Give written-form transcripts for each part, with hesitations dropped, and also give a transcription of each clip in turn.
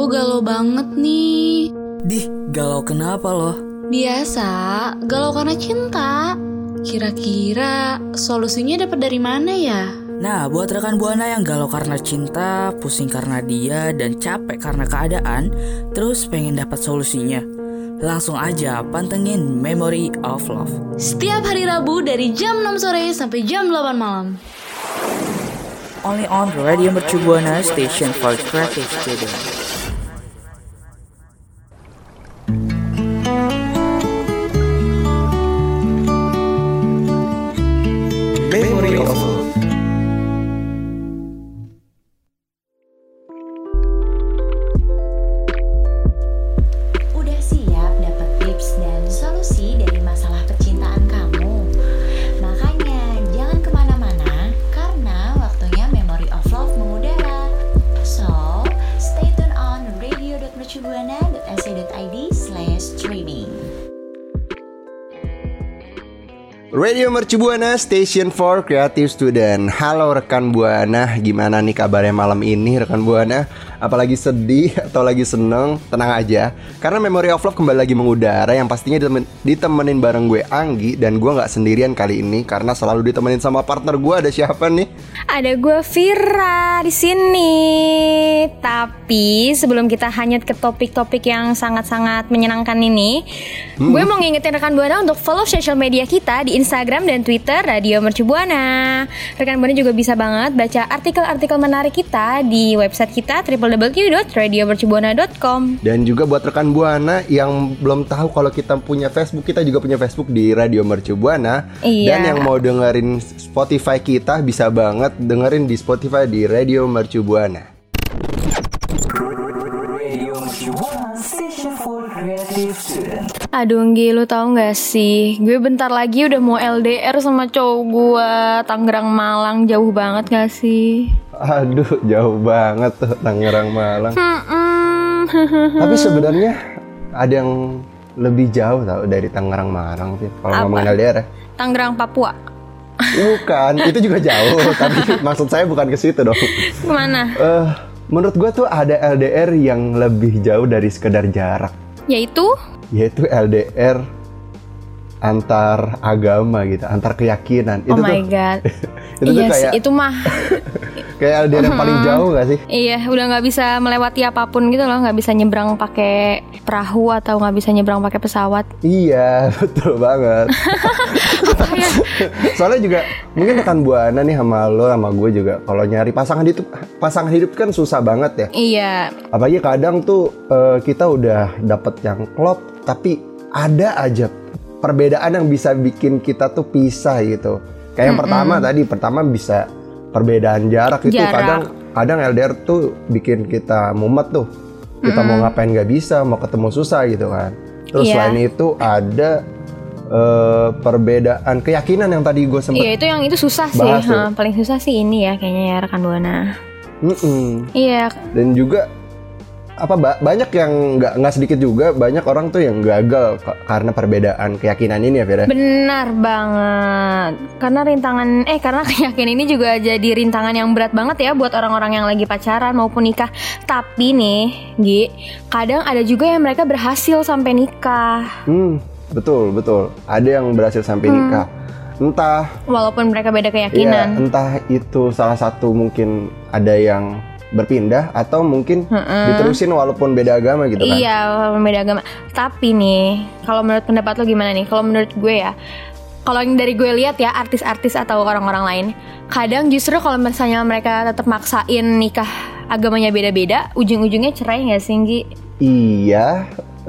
galau banget nih. Dih, galau kenapa loh? Biasa, galau karena cinta. Kira-kira solusinya dapat dari mana ya? Nah, buat rekan Buana yang galau karena cinta, pusing karena dia, dan capek karena keadaan, terus pengen dapat solusinya, langsung aja pantengin Memory of Love. Setiap hari Rabu dari jam 6 sore sampai jam 8 malam. Only on Radio Mercu Buana, Station for Creative Students. Memory of Love. Udah siap dapat tips dan solusi dari masalah percintaan kamu? Makanya jangan kemana-mana karena waktunya Memory of Love mengudara. So, stay tune on radio.mercubuana.ac.id/streaming. Radio Mercu Buana, Station for Creative Student. Halo rekan Buana, gimana nih kabarnya malam ini rekan Buana? Apalagi sedih atau lagi seneng, tenang aja. Karena Memory of Love kembali lagi mengudara, yang pastinya ditemenin bareng gue Anggi. Dan gue gak sendirian kali ini karena selalu ditemenin sama partner gue. Ada siapa nih? Ada gue Vira di sini. Tapi sebelum kita hanyut ke topik-topik yang sangat-sangat menyenangkan ini, gue mau ngingetin rekan Buana untuk follow social media kita di Instagram dan Twitter Radio Mercu Buana. Rekan Buana juga bisa banget baca artikel-artikel menarik kita di website kita www.radiomercubuana.com. Dan juga buat rekan Buana yang belum tahu kalau kita punya Facebook, kita juga punya Facebook di Radio Mercu Buana. Iya. Dan yang mau dengerin Spotify kita bisa banget dengerin di Spotify di Radio Mercu Buana. Aduh Nggi, lu tau gak sih, gue bentar lagi udah mau LDR sama cowok gue. Tangerang Malang, jauh banget gak sih? Aduh, jauh banget tuh Tangerang Malang. Tapi sebenarnya ada yang lebih jauh tau dari Tangerang Malang sih kalau ngomongin LDR ya. Tangerang Papua. Bukan, itu juga jauh. Tapi maksud saya bukan ke situ dong. Kemana? Menurut gue tuh ada LDR yang lebih jauh dari sekedar jarak. Yaitu LDR antar agama gitu, antar keyakinan. Oh my god. Itu iya tuh kayak, sih, itu mah kayak LDR yang paling jauh gak sih? Iya, udah nggak bisa melewati apapun gitu loh, nggak bisa nyebrang pakai perahu atau nggak bisa nyebrang pakai pesawat. Iya, betul banget. Soalnya juga mungkin rekan Buana nih sama lo sama gue juga kalau nyari pasangan hidup kan susah banget ya. Iya. Apalagi kadang tuh kita udah dapet yang klop, tapi ada aja perbedaan yang bisa bikin kita tuh pisah gitu. Kayak yang pertama bisa perbedaan jarak itu. Kadang LDR tuh bikin kita mumet tuh. Kita mau ngapain gak bisa, mau ketemu susah gitu kan. Terus selain itu ada perbedaan keyakinan yang tadi gue sempet. Iya, itu susah sih. Paling susah sih ini ya kayaknya ya rekan Buana. Iya. Dan juga banyak yang nggak sedikit juga, banyak orang tuh yang gagal karena perbedaan keyakinan ini ya Vira. Benar banget. Karena karena keyakinan ini juga jadi rintangan yang berat banget ya buat orang-orang yang lagi pacaran maupun nikah. Tapi nih, Gi, kadang ada juga yang mereka berhasil sampai nikah. Betul. Ada yang berhasil sampai nikah. Entah walaupun mereka beda keyakinan. Ya, entah itu salah satu mungkin ada yang berpindah atau mungkin diterusin walaupun beda agama gitu kan. Iya, walaupun beda agama. Tapi nih, kalau menurut pendapat lo gimana nih? Kalau menurut gue ya, kalau yang dari gue lihat ya, artis-artis atau orang-orang lain, kadang justru kalau misalnya mereka tetap maksain nikah agamanya beda-beda, ujung-ujungnya cerai nggak sih, Nggi? Iya,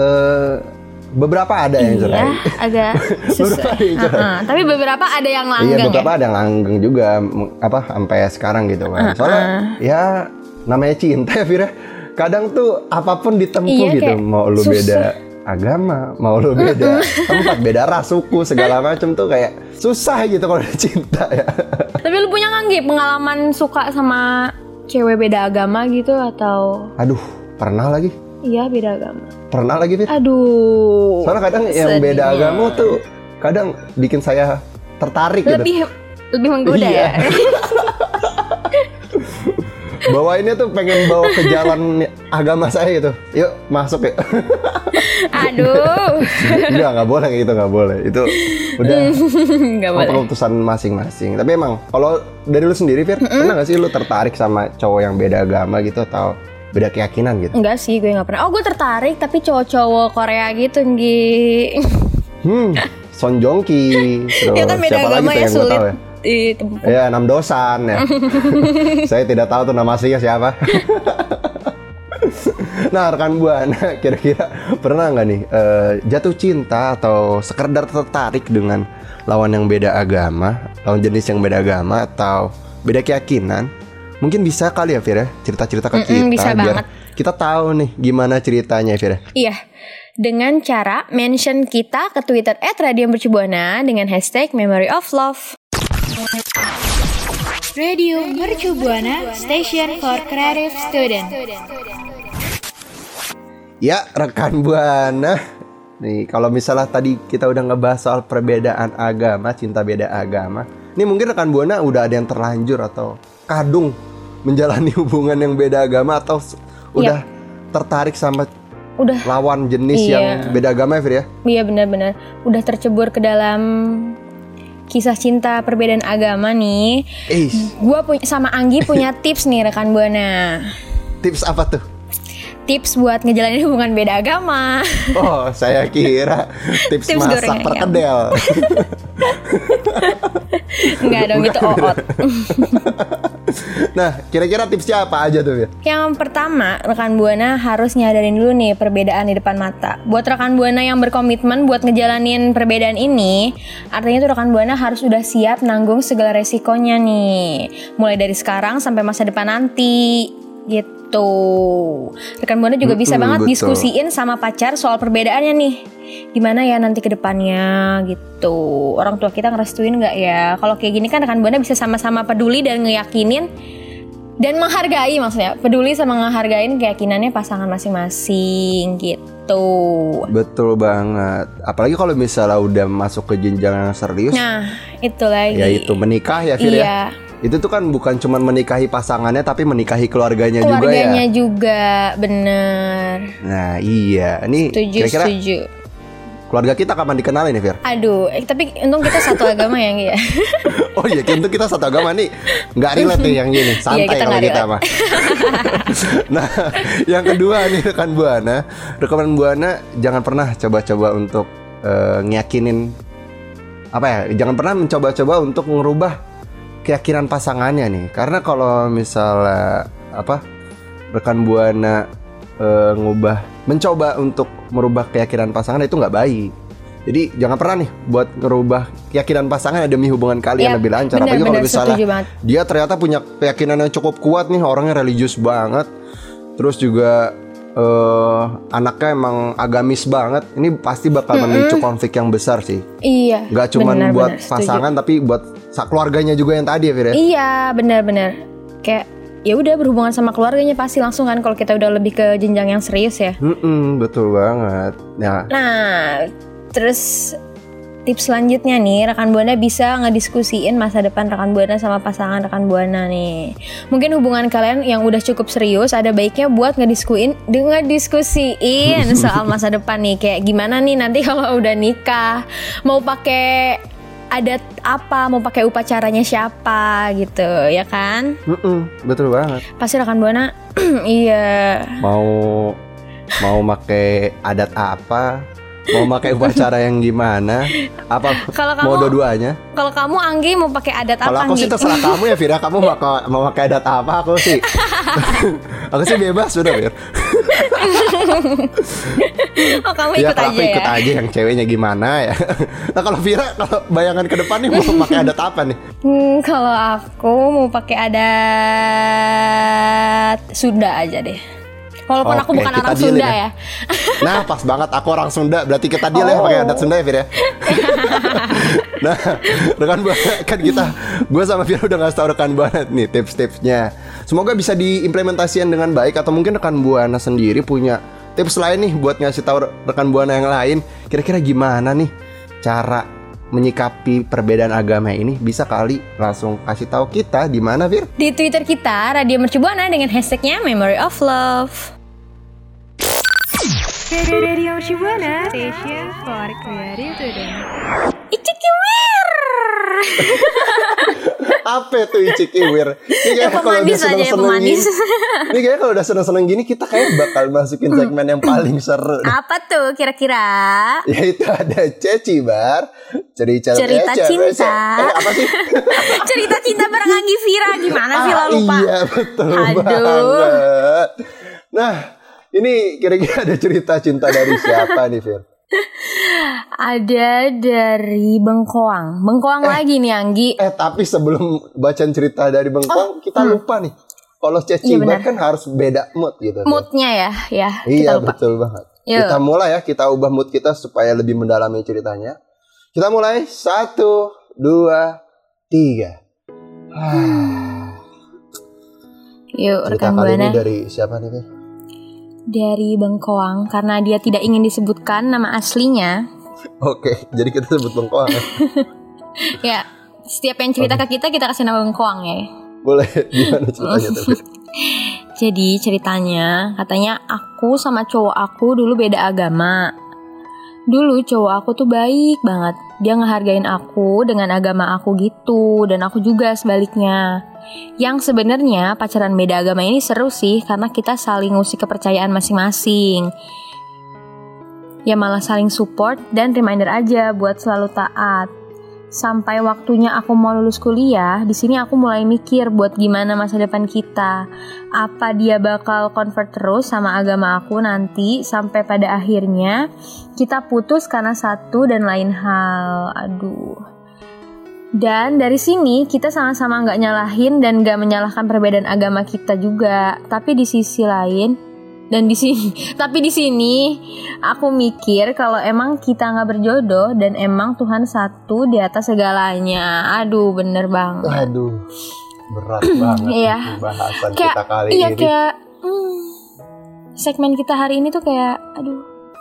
beberapa ada yang cerai. Iya, agak susah. Tapi beberapa ada yang langgeng. Iya, beberapa ada yang langgeng juga, sampai sekarang gitu kan. Soalnya ya namanya cinta ya Vira. Kadang tuh apapun ditempuh gitu, mau lu beda agama, mau lu beda tempat, beda ras, suku, segala macam tuh kayak susah gitu kalau cinta ya. Tapi lu punya nggak Nggi pengalaman suka sama cewek beda agama gitu atau? Aduh, pernah lagi. Iya, beda agama. Pernah lagi Vira. Aduh. Soalnya kadang yang beda agama tuh kadang bikin saya tertarik lebih gitu. Lebih menggoda ya. bawainnya tuh pengen bawa ke jalan agama saya gitu. Yuk masuk ya. Aduh. Nggak boleh kayak gitu, nggak boleh. Itu udah Nggak boleh. keputusan masing-masing. Tapi emang kalau dari lu sendiri, Fir, pernah nggak sih lu tertarik sama cowok yang beda agama gitu atau beda keyakinan gitu? Enggak sih, gue nggak pernah. Oh, gue tertarik tapi cowok-cowok Korea gitu, Nggi. Son Joong Ki, terus Ya kan beda siapa lagi agama tuh ya, yang gue sulit tahu ya? ditempuh. Ya, Nam Dosan ya. Saya tidak tahu tuh nama aslinya siapa. Nah, rekan Buana, kira-kira pernah nggak nih jatuh cinta atau sekedar tertarik dengan lawan yang beda agama, lawan jenis yang beda agama atau beda keyakinan? Mungkin bisa kali ya, Fir, ya, cerita-cerita ke kita bisa biar banget. kita tahu nih gimana ceritanya, Fir. Iya, dengan cara mention kita ke Twitter @radiomercubuana dengan hashtag Memory of Love. Radio Mercu Buana, station for creative student. Ya, rekan Buana. Nih, kalau misalnya tadi kita udah ngebahas soal perbedaan agama, cinta beda agama. Nih mungkin rekan Buana udah ada yang terlanjur atau kadung menjalani hubungan yang beda agama atau udah tertarik sama lawan jenis yang beda agama ya, Fir, ya? Iya, benar-benar. Udah tercebur ke dalam kisah cinta perbedaan agama nih. Gua sama Anggi punya tips nih, rekan Buana. Tips apa tuh? Tips buat ngejalanin hubungan beda agama. Oh, saya kira tips masak goreng perkedel. Enggak dong, itu oot. Nah, kira-kira tipsnya apa aja tuh, ya? Yang pertama, rekan Buana harus nyadarin dulu nih perbedaan di depan mata. Buat rekan Buana yang berkomitmen buat ngejalanin perbedaan ini, artinya tuh rekan Buana harus udah siap nanggung segala resikonya nih. Mulai dari sekarang sampai masa depan nanti. Gitu. Rekan Buana juga bisa banget betul. diskusiin sama pacar soal perbedaannya nih. Gimana ya nanti ke depannya gitu. Orang tua kita ngerestuin gak ya? Kalau kayak gini kan rekan Buana bisa sama-sama peduli dan ngeyakinin dan menghargai, maksudnya peduli sama ngehargain keyakinannya pasangan masing-masing gitu. Betul banget. Apalagi kalau misalnya udah masuk ke jenjang yang serius. Nah, itu lagi. Yaitu menikah ya, Fir, iya. ya. Itu tuh kan bukan cuma menikahi pasangannya tapi menikahi keluarganya juga ya. Keluarganya juga, bener. Nah, iya. Ini kira-kira Setuju. keluarga kita kapan dikenalin nih, Fir? Aduh, tapi untung kita satu agama ya, Nggi ya. Oh iya, untuk kita satu agama nih. Nggak relate nih yang gini. Santai kita kalau nggak kita mah. Nah, yang kedua nih rekan Buana jangan pernah coba-coba untuk ngeyakinin apa ya? Jangan pernah mencoba-coba untuk ngerubah keyakinan pasangannya nih. Karena kalau misalnya rekan Buana mencoba untuk merubah keyakinan pasangan itu nggak baik. Jadi jangan pernah nih buat ngerubah keyakinan pasangan demi hubungan kalian lebih lancar. Apalagi kalau misalnya dia ternyata punya keyakinan yang cukup kuat nih, orangnya religius banget, terus juga anaknya emang agamis banget. Ini pasti bakal memicu konflik yang besar sih. Iya. Gak cuma buat pasangan tapi buat keluarganya juga yang tadi ya, Fir, ya? Iya, benar-benar. Kayak ya udah berhubungan sama keluarganya pasti langsung kan kalau kita udah lebih ke jenjang yang serius ya. Betul banget. Nah, terus tips selanjutnya nih, rekan Buana bisa ngediskusiin masa depan rekan Buana sama pasangan rekan Buana nih. Mungkin hubungan kalian yang udah cukup serius, ada baiknya buat ngediskusiin soal masa depan nih. Kayak gimana nih nanti kalau udah nikah, mau pakai adat apa, mau pakai upacaranya siapa gitu, ya kan? Betul banget. Pasti rekan Buana iya. Mau pakai adat apa? Mau pakai upacara yang gimana? Apa mau dua-duanya? Kalau kamu Anggi mau pakai adat apa? Kalau aku sih terserah kamu ya, Fira. Kamu mau pakai adat apa? Aku sih bebas sudah, Fir. Oh, kamu ikut aja aku ikut aja yang ceweknya gimana ya. Nah, kalau Fira, kalau bayangan ke depan nih mau pakai adat apa nih? Kalau aku mau pakai adat Sunda aja deh. Walaupun aku bukan orang Sunda ya. Nah, pas banget aku orang Sunda. Berarti kita deal ya pakai adat Sunda ya, Fir, ya. Nah, rekan Buana kan gue sama Fir udah ngasih tau rekan Buana nih tips-tipsnya. Semoga bisa diimplementasikan dengan baik. Atau mungkin rekan Buana sendiri punya tips lain nih buat ngasih tahu rekan Buana yang lain. Kira-kira gimana nih cara menyikapi perbedaan agama ini? Bisa kali langsung kasih tahu kita di mana, Fir? Di Twitter kita Radio Mercu Buana dengan hashtagnya Memory of Love. Radio Mercu Buana, station for creative today. Icikiwir. Apa tuh Icikiwir? Ini kayak kalau udah Pemanis aja ya, seneng-seneng gini. pemanis. Ini kayak kalau udah seneng-seneng gini kita kayak bakal masukin segmen yang paling seru. Apa tuh kira-kira? Yaitu ada Ceci Bar, cerita cinta. apa sih? Cerita cinta bareng Anggi Vira. Gimana sih lo lupa? Iya betul Aduh. banget. Nah, ini kira-kira ada cerita cinta dari siapa nih, Fir? Ada dari Bengkoang. Bengkoang lagi nih Anggi. Tapi sebelum bacaan cerita dari Bengkoang, kita lupa nih. Kalau Ceci Iya, Bar benar. kan harus beda mood gitu. Fir. Moodnya ya kita Iya lupa. betul banget. Yuk. Kita mulai ya, kita ubah mood kita supaya lebih mendalami ceritanya. Kita mulai 1, 2, 3. Yuk Cerita rekan kali ini Buana. dari siapa nih, Fir? Dari Bengkoang karena dia tidak ingin disebutkan nama aslinya. Oke, jadi kita sebut Bengkoang ya. Ya, setiap yang cerita ke kita kasih nama Bengkoang ya. Boleh, gimana ceritanya tuh, Fir? Jadi ceritanya katanya aku sama cowok aku dulu beda agama. Dulu cowok aku tuh baik banget. Dia ngehargain aku dengan agama aku gitu. Dan aku juga sebaliknya. Yang sebenarnya pacaran beda agama ini seru sih. Karena kita saling ngusik kepercayaan masing-masing. Ya malah saling support dan reminder aja buat selalu taat. Sampai waktunya aku mau lulus kuliah, di sini aku mulai mikir buat gimana masa depan kita. Apa dia bakal convert terus sama agama aku nanti sampai pada akhirnya kita putus karena satu dan lain hal. Aduh. Dan dari sini kita sama-sama nggak nyalahin dan nggak menyalahkan perbedaan agama kita juga. Tapi di sisi lain tapi di sini aku mikir kalau emang kita nggak berjodoh dan emang Tuhan satu di atas segalanya. Aduh, bener banget. Aduh, berat banget Iya. bahasan Kayak kita kali iya ini. kayak segmen kita hari ini tuh kayak aduh.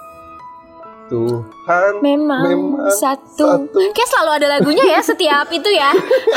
Tuhan Memang satu. Kayak selalu ada lagunya ya setiap itu ya.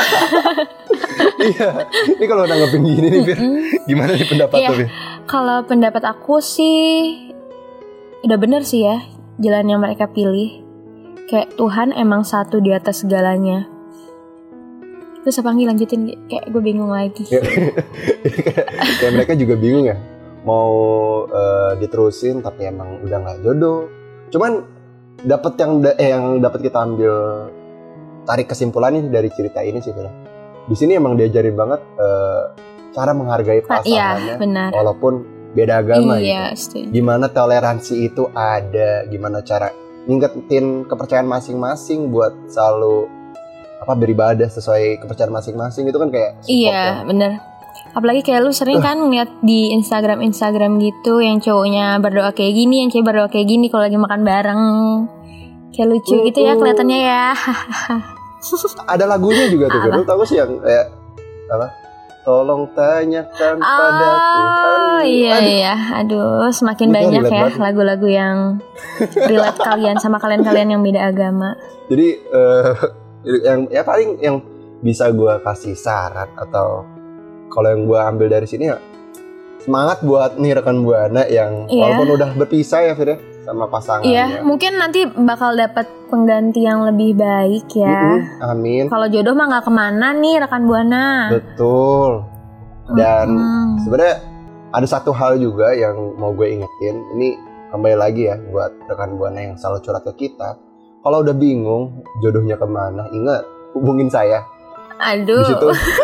Iya, ini kalau nanggepin gini nih, Fir, gimana nih pendapat Iya. lo, Fir? Kalau pendapat aku sih udah bener sih ya jalan yang mereka pilih. Kayak Tuhan emang satu di atas segalanya. Terus apa Anggi lanjutin? Kayak gue bingung lagi. Kayak mereka juga bingung ya, mau diterusin tapi emang udah nggak jodoh. Cuman dapat yang dapat kita ambil tarik kesimpulannya dari cerita ini sih, Fir. Di sini emang diajarin banget cara menghargai pasangannya, benar. walaupun beda agama Iya, gitu. setuju. Gimana toleransi itu ada, gimana cara ngingetin kepercayaan masing-masing buat selalu beribadah sesuai kepercayaan masing-masing, itu kan kayak support Iya, ya. bener. Apalagi kayak lu sering kan ngeliat di Instagram gitu yang cowoknya berdoa kayak gini, yang cewek berdoa kayak gini kalau lagi makan bareng. Kayak lucu gitu ya kelihatannya ya. Ada lagunya juga tuh, Apa? lu tahu sih yang kayak apa? Tolong tanyakan pada Tuhan. Oh iya Aduh, iya. Aduh, semakin Itu banyak relate ya banget. lagu-lagu yang relate kalian sama kalian yang beda agama. Jadi yang paling yang bisa gue kasih saran atau kalau yang gue ambil dari sini ya semangat buat nih rekan Buana yang Iya. walaupun udah berpisah ya, Fir, ya, sama pasangannya. Iya, mungkin nanti bakal dapat pengganti yang lebih baik ya. Amin. Kalau jodoh mah nggak kemana nih rekan Buana. Betul. Dan Mm-mm. sebenarnya ada satu hal juga yang mau gue ingetin. Ini kembali lagi ya buat rekan Buana yang selalu curhat ke kita. Kalau udah bingung jodohnya kemana, ingat hubungin saya. Aduh, Di situ.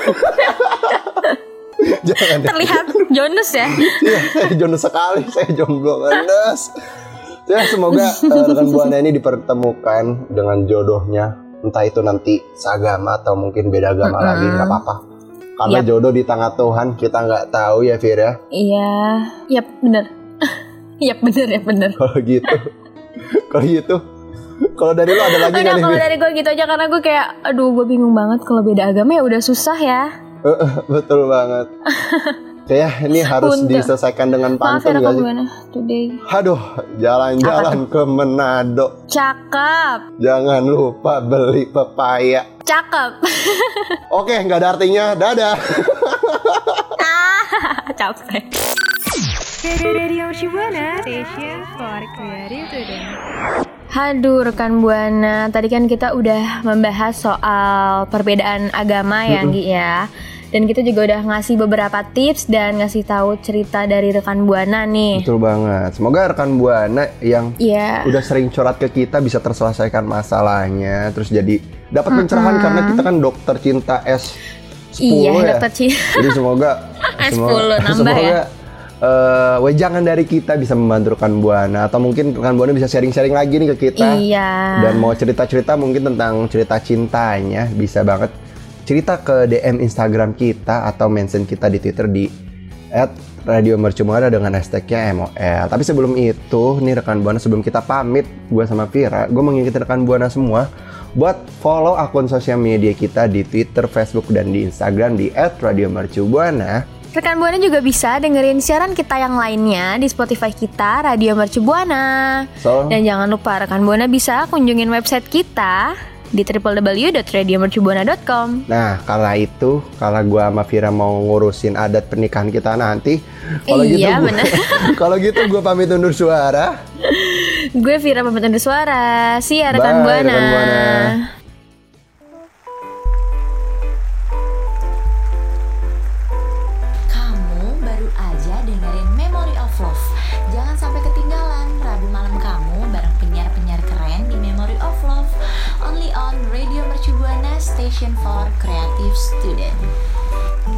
Jangan deh. terlihat Jonas ya. Iya, saya jomblo sekali, saya jomblo Jonas. Ya, semoga rekan Buana ini dipertemukan dengan jodohnya, entah itu nanti seagama atau mungkin beda agama lagi, nggak apa-apa. Karena Yap. jodoh di tangan Tuhan, kita nggak tahu ya, Fir, ya. Iya, yap bener. Yap bener ya bener. Kalau gitu, kalau dari lo ada lagi Udah nggak nih, kalau Fir? dari gue gitu aja karena gue kayak aduh gue bingung banget kalau beda agama ya udah susah ya. Betul banget. Kayak ini harus Punten. diselesaikan dengan Maaf ya pantun rekan gak sih? Buana today. Aduh, jalan-jalan ke Manado. Cakep. Jangan lupa beli pepaya. Cakep. Oke, nggak ada artinya. Dadah. Capek. Radio Mercu Buana, station for creative student. Haduh rekan Buana, tadi kan kita udah membahas soal perbedaan agama ya Anggi ya. Dan kita juga udah ngasih beberapa tips dan ngasih tahu cerita dari rekan Buana nih. Betul banget. Semoga rekan Buana yang Iya. udah sering curhat ke kita bisa terselesaikan masalahnya, terus jadi dapat pencerahan karena kita kan dokter cinta S10 Iya, ya. dokter cinta. Jadi semoga S10 nambah ya. wejangan dari kita bisa membantu rekan Buana, atau mungkin rekan Buana bisa sharing-sharing lagi nih ke kita. Iya. Dan mau cerita-cerita mungkin tentang cerita cintanya, bisa banget cerita ke DM Instagram kita atau mention kita di Twitter di @radiomercubuana dengan hashtagnya MOL. Tapi sebelum itu, nih rekan Buana, sebelum kita pamit, gue sama Vira, gue mengingatkan rekan Buana semua buat follow akun sosial media kita di Twitter, Facebook, dan di Instagram di @radiomercubuana. Rekan Buana juga bisa dengerin siaran kita yang lainnya di Spotify kita, Radio Mercu Buana. So, Dan jangan lupa rekan Buana bisa kunjungin website kita di www.radiomercubuana.com. nah, kala itu, kala gue sama Vira mau ngurusin adat pernikahan kita nanti, kalau Iya, gitu bener. kalau gitu gue pamit undur suara. Gue Vira pamit undur suara. See ya rekan Bye, Buana. rekan Buana. Kamu baru aja dengerin Memory of Love. Jangan sampai ketinggalan Rabu malam kamu bareng penyiar-penyiar keren di Memory of Love. Only on Radio Mercu Buana, Station for Creative Student.